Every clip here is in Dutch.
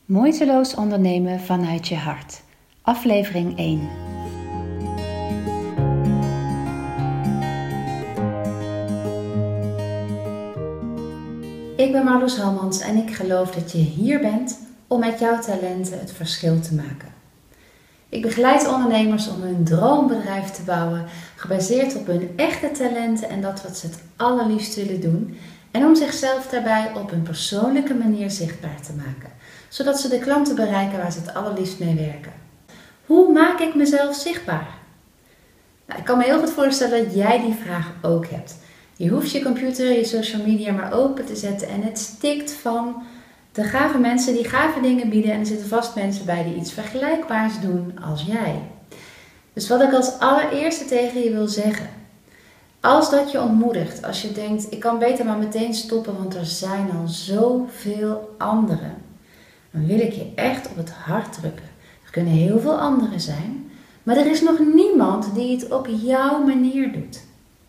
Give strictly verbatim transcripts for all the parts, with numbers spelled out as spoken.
Moeiteloos ondernemen vanuit je hart. Aflevering één. Ik ben Marloes Halmans en ik geloof dat je hier bent om met jouw talenten het verschil te maken. Ik begeleid ondernemers om hun droombedrijf te bouwen, gebaseerd op hun echte talenten en dat wat ze het allerliefst willen doen. En om zichzelf daarbij op een persoonlijke manier zichtbaar te maken, zodat ze de klanten bereiken waar ze het allerliefst mee werken. Hoe maak ik mezelf zichtbaar? Nou, ik kan me heel goed voorstellen dat jij die vraag ook hebt. Je hoeft je computer, je social media maar open te zetten en het stikt van de gave mensen die gave dingen bieden en er zitten vast mensen bij die iets vergelijkbaars doen als jij. Dus wat ik als allereerste tegen je wil zeggen, als dat je ontmoedigt, als je denkt ik kan beter maar meteen stoppen want er zijn al zoveel anderen, dan wil ik je echt op het hart drukken. Er kunnen heel veel anderen zijn, maar er is nog niemand die het op jouw manier doet.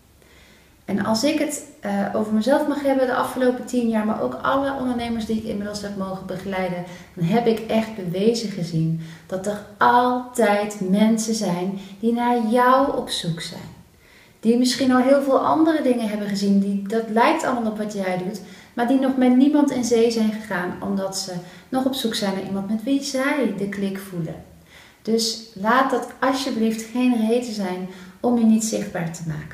En als ik het uh, over mezelf mag hebben de afgelopen tien jaar, maar ook alle ondernemers die ik inmiddels heb mogen begeleiden, dan heb ik echt bewezen gezien dat er altijd mensen zijn die naar jou op zoek zijn. Die misschien al heel veel andere dingen hebben gezien, die, dat lijkt allemaal op wat jij doet, maar die nog met niemand in zee zijn gegaan, omdat ze nog op zoek zijn naar iemand met wie zij de klik voelen. Dus laat dat alsjeblieft geen reden zijn om je niet zichtbaar te maken.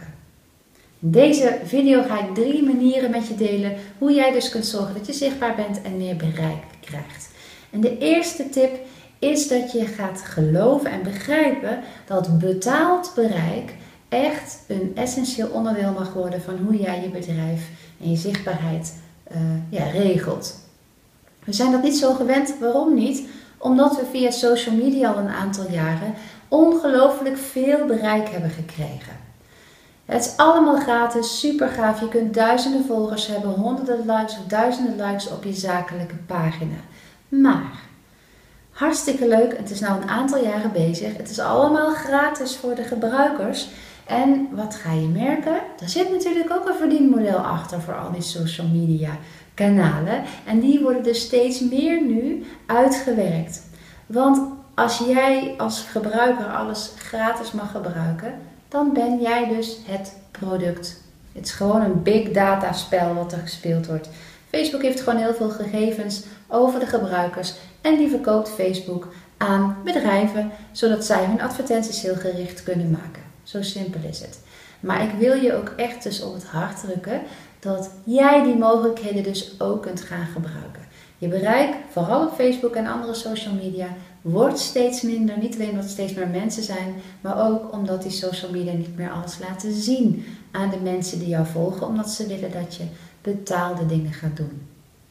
In deze video ga ik drie manieren met je delen hoe jij dus kunt zorgen dat je zichtbaar bent en meer bereik krijgt. En de eerste tip is dat je gaat geloven en begrijpen dat betaald bereik echt een essentieel onderdeel mag worden van hoe jij je bedrijf en je zichtbaarheid uh, ja, regelt. We zijn dat niet zo gewend. Waarom niet? Omdat we via social media al een aantal jaren ongelooflijk veel bereik hebben gekregen. Het is allemaal gratis, super gaaf. Je kunt duizenden volgers hebben, honderden likes of duizenden likes op je zakelijke pagina. Maar, hartstikke leuk, het is nou een aantal jaren bezig. Het is allemaal gratis voor de gebruikers. En wat ga je merken? Er zit natuurlijk ook een verdienmodel achter voor al die social media kanalen. En die worden dus steeds meer nu uitgewerkt. Want als jij als gebruiker alles gratis mag gebruiken, dan ben jij dus het product. Het is gewoon een big data spel wat er gespeeld wordt. Facebook heeft gewoon heel veel gegevens over de gebruikers en die verkoopt Facebook aan bedrijven, zodat zij hun advertenties heel gericht kunnen maken. Zo simpel is het. Maar ik wil je ook echt dus op het hart drukken dat jij die mogelijkheden dus ook kunt gaan gebruiken. Je bereik, vooral op Facebook en andere social media, wordt steeds minder. Niet alleen omdat er steeds meer mensen zijn, maar ook omdat die social media niet meer alles laten zien aan de mensen die jou volgen, omdat ze willen dat je betaalde dingen gaat doen.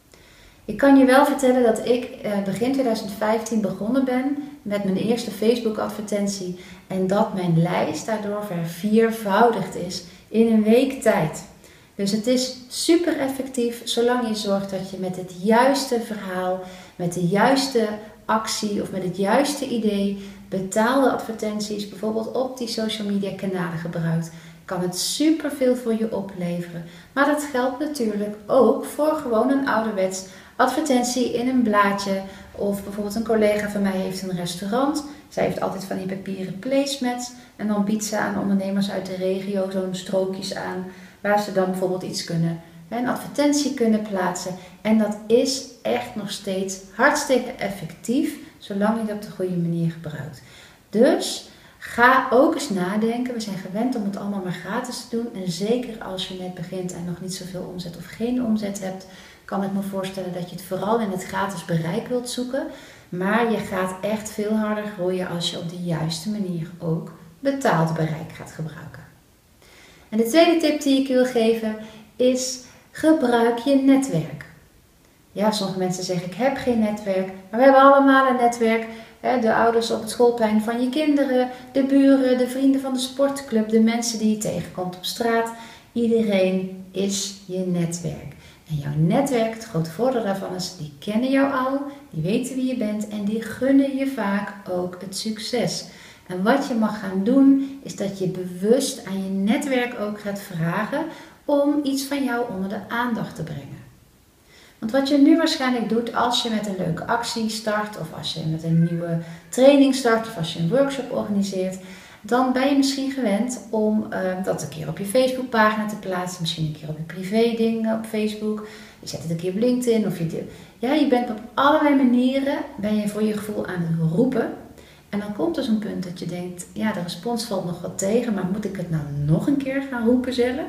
Ik kan je wel vertellen dat ik eh, begin twintig vijftien begonnen ben met mijn eerste Facebook advertentie en dat mijn lijst daardoor verviervoudigd is in een week tijd. Dus het is super effectief zolang je zorgt dat je met het juiste verhaal, met de juiste actie of met het juiste idee betaalde advertenties bijvoorbeeld op die social media kanalen gebruikt. Kan het super veel voor je opleveren. Maar dat geldt natuurlijk ook voor gewoon een ouderwets advertentie in een blaadje. Of bijvoorbeeld een collega van mij heeft een restaurant. Zij heeft altijd van die papieren placemats. En dan biedt ze aan ondernemers uit de regio zo'n strookjes aan. Waar ze dan bijvoorbeeld iets kunnen, een advertentie kunnen plaatsen. En dat is echt nog steeds hartstikke effectief. Zolang je het op de goede manier gebruikt. Dus ga ook eens nadenken. We zijn gewend om het allemaal maar gratis te doen. En zeker als je net begint en nog niet zoveel omzet of geen omzet hebt, kan ik me voorstellen dat je het vooral in het gratis bereik wilt zoeken. Maar je gaat echt veel harder groeien als je op de juiste manier ook betaald bereik gaat gebruiken. En de tweede tip die ik wil geven is gebruik je netwerk. Ja, sommige mensen zeggen ik heb geen netwerk, maar we hebben allemaal een netwerk. De ouders op het schoolplein van je kinderen, de buren, de vrienden van de sportclub, de mensen die je tegenkomt op straat. Iedereen is je netwerk. En jouw netwerk, het grote voordeel daarvan is, die kennen jou al, die weten wie je bent en die gunnen je vaak ook het succes. En wat je mag gaan doen, is dat je bewust aan je netwerk ook gaat vragen om iets van jou onder de aandacht te brengen. Want wat je nu waarschijnlijk doet als je met een leuke actie start, of als je met een nieuwe training start, of als je een workshop organiseert, dan ben je misschien gewend om uh, dat een keer op je Facebookpagina te plaatsen, misschien een keer op je privé ding op Facebook. Je zet het een keer op LinkedIn. Of je, ja, je bent op allerlei manieren ben je voor je gevoel aan het roepen. En dan komt er zo'n punt dat je denkt, ja, de respons valt nog wat tegen, maar moet ik het nou nog een keer gaan roepen zelf?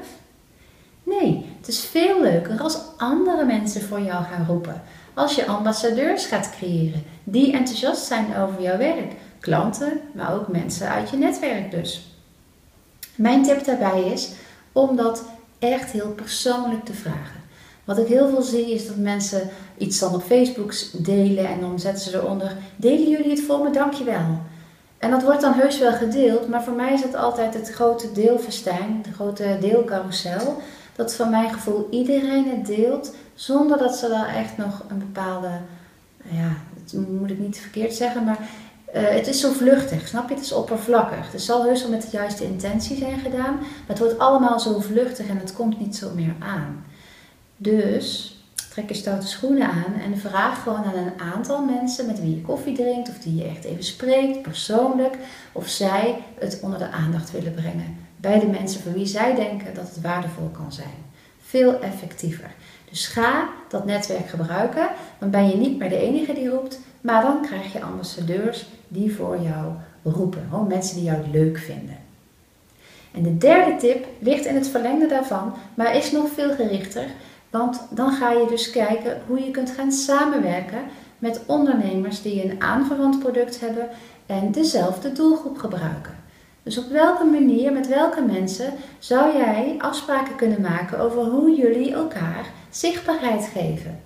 Nee, het is veel leuker als andere mensen voor jou gaan roepen. Als je ambassadeurs gaat creëren die enthousiast zijn over jouw werk. Klanten, maar ook mensen uit je netwerk dus. Mijn tip daarbij is om dat echt heel persoonlijk te vragen. Wat ik heel veel zie is dat mensen iets dan op Facebook delen en dan zetten ze eronder: delen jullie het voor me? Dankjewel. En dat wordt dan heus wel gedeeld, maar voor mij is het altijd het grote deelfestijn, de grote deelcarousel. Dat van mijn gevoel iedereen het deelt, zonder dat ze daar echt nog een bepaalde, ja, dat moet ik niet verkeerd zeggen, maar uh, het is zo vluchtig, snap je? Het is oppervlakkig. Het zal heus wel met de juiste intentie zijn gedaan, maar het wordt allemaal zo vluchtig en het komt niet zo meer aan. Dus trek je stoute schoenen aan en vraag gewoon aan een aantal mensen met wie je koffie drinkt of die je echt even spreekt, persoonlijk, of zij het onder de aandacht willen brengen. Bij de mensen voor wie zij denken dat het waardevol kan zijn. Veel effectiever. Dus ga dat netwerk gebruiken, dan ben je niet meer de enige die roept, maar dan krijg je ambassadeurs die voor jou roepen. Gewoon mensen die jou leuk vinden. En de derde tip ligt in het verlengde daarvan, maar is nog veel gerichter. Want dan ga je dus kijken hoe je kunt gaan samenwerken met ondernemers die een aanverwant product hebben en dezelfde doelgroep gebruiken. Dus op welke manier, met welke mensen zou jij afspraken kunnen maken over hoe jullie elkaar zichtbaarheid geven?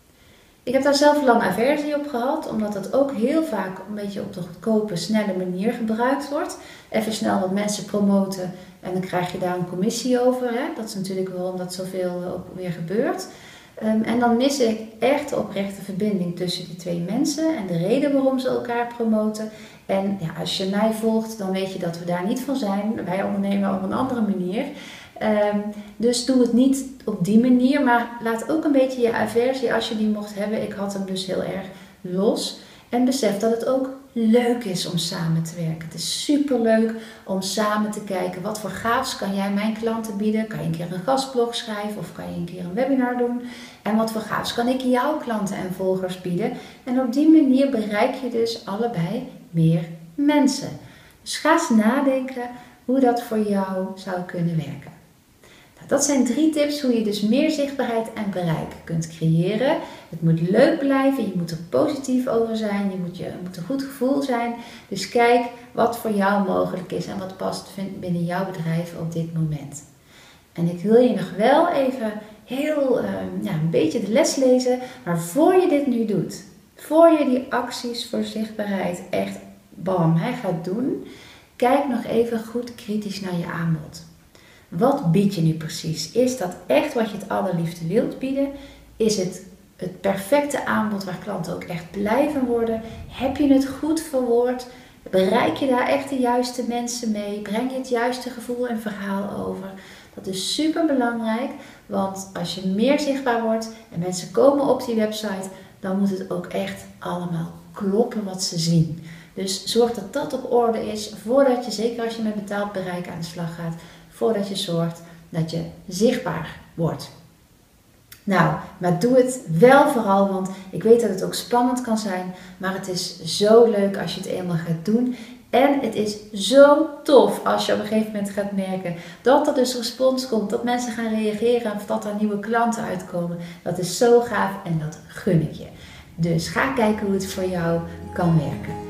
Ik heb daar zelf lang aversie op gehad, omdat het ook heel vaak een beetje op de goedkope, snelle manier gebruikt wordt. Even snel wat mensen promoten en dan krijg je daar een commissie over. Hè? Dat is natuurlijk waarom dat zoveel ook weer gebeurt. Um, en dan mis ik echt de oprechte verbinding tussen die twee mensen en de reden waarom ze elkaar promoten. En ja, als je mij volgt, dan weet je dat we daar niet van zijn. Wij ondernemen op een andere manier. Um, dus doe het niet op die manier, maar laat ook een beetje je aversie, als je die mocht hebben. Ik had hem dus heel erg los. En besef dat het ook leuk is om samen te werken. Het is super leuk om samen te kijken wat voor gaafs kan jij mijn klanten bieden. Kan je een keer een gastblog schrijven of kan je een keer een webinar doen. En wat voor gaafs kan ik jouw klanten en volgers bieden. En op die manier bereik je dus allebei meer mensen. Dus ga eens nadenken hoe dat voor jou zou kunnen werken. Dat zijn drie tips hoe je dus meer zichtbaarheid en bereik kunt creëren. Het moet leuk blijven, je moet er positief over zijn, je moet, je, het moet een goed gevoel zijn. Dus kijk wat voor jou mogelijk is en wat past binnen jouw bedrijf op dit moment. En ik wil je nog wel even heel uh, ja, een beetje de les lezen, maar voor je dit nu doet, voor je die acties voor zichtbaarheid echt bam, hij gaat doen, kijk nog even goed kritisch naar je aanbod. Wat bied je nu precies? Is dat echt wat je het allerliefste wilt bieden? Is het het perfecte aanbod waar klanten ook echt blij van worden? Heb je het goed verwoord? Bereik je daar echt de juiste mensen mee? Breng je het juiste gevoel en verhaal over? Dat is super belangrijk, want als je meer zichtbaar wordt en mensen komen op die website, dan moet het ook echt allemaal kloppen wat ze zien. Dus zorg dat dat op orde is voordat je, zeker als je met betaald bereik aan de slag gaat, voordat je zorgt dat je zichtbaar wordt. Nou, maar doe het wel vooral, want ik weet dat het ook spannend kan zijn, maar het is zo leuk als je het eenmaal gaat doen. En het is zo tof als je op een gegeven moment gaat merken dat er dus respons komt, dat mensen gaan reageren of dat er nieuwe klanten uitkomen. Dat is zo gaaf en dat gun ik je. Dus ga kijken hoe het voor jou kan werken.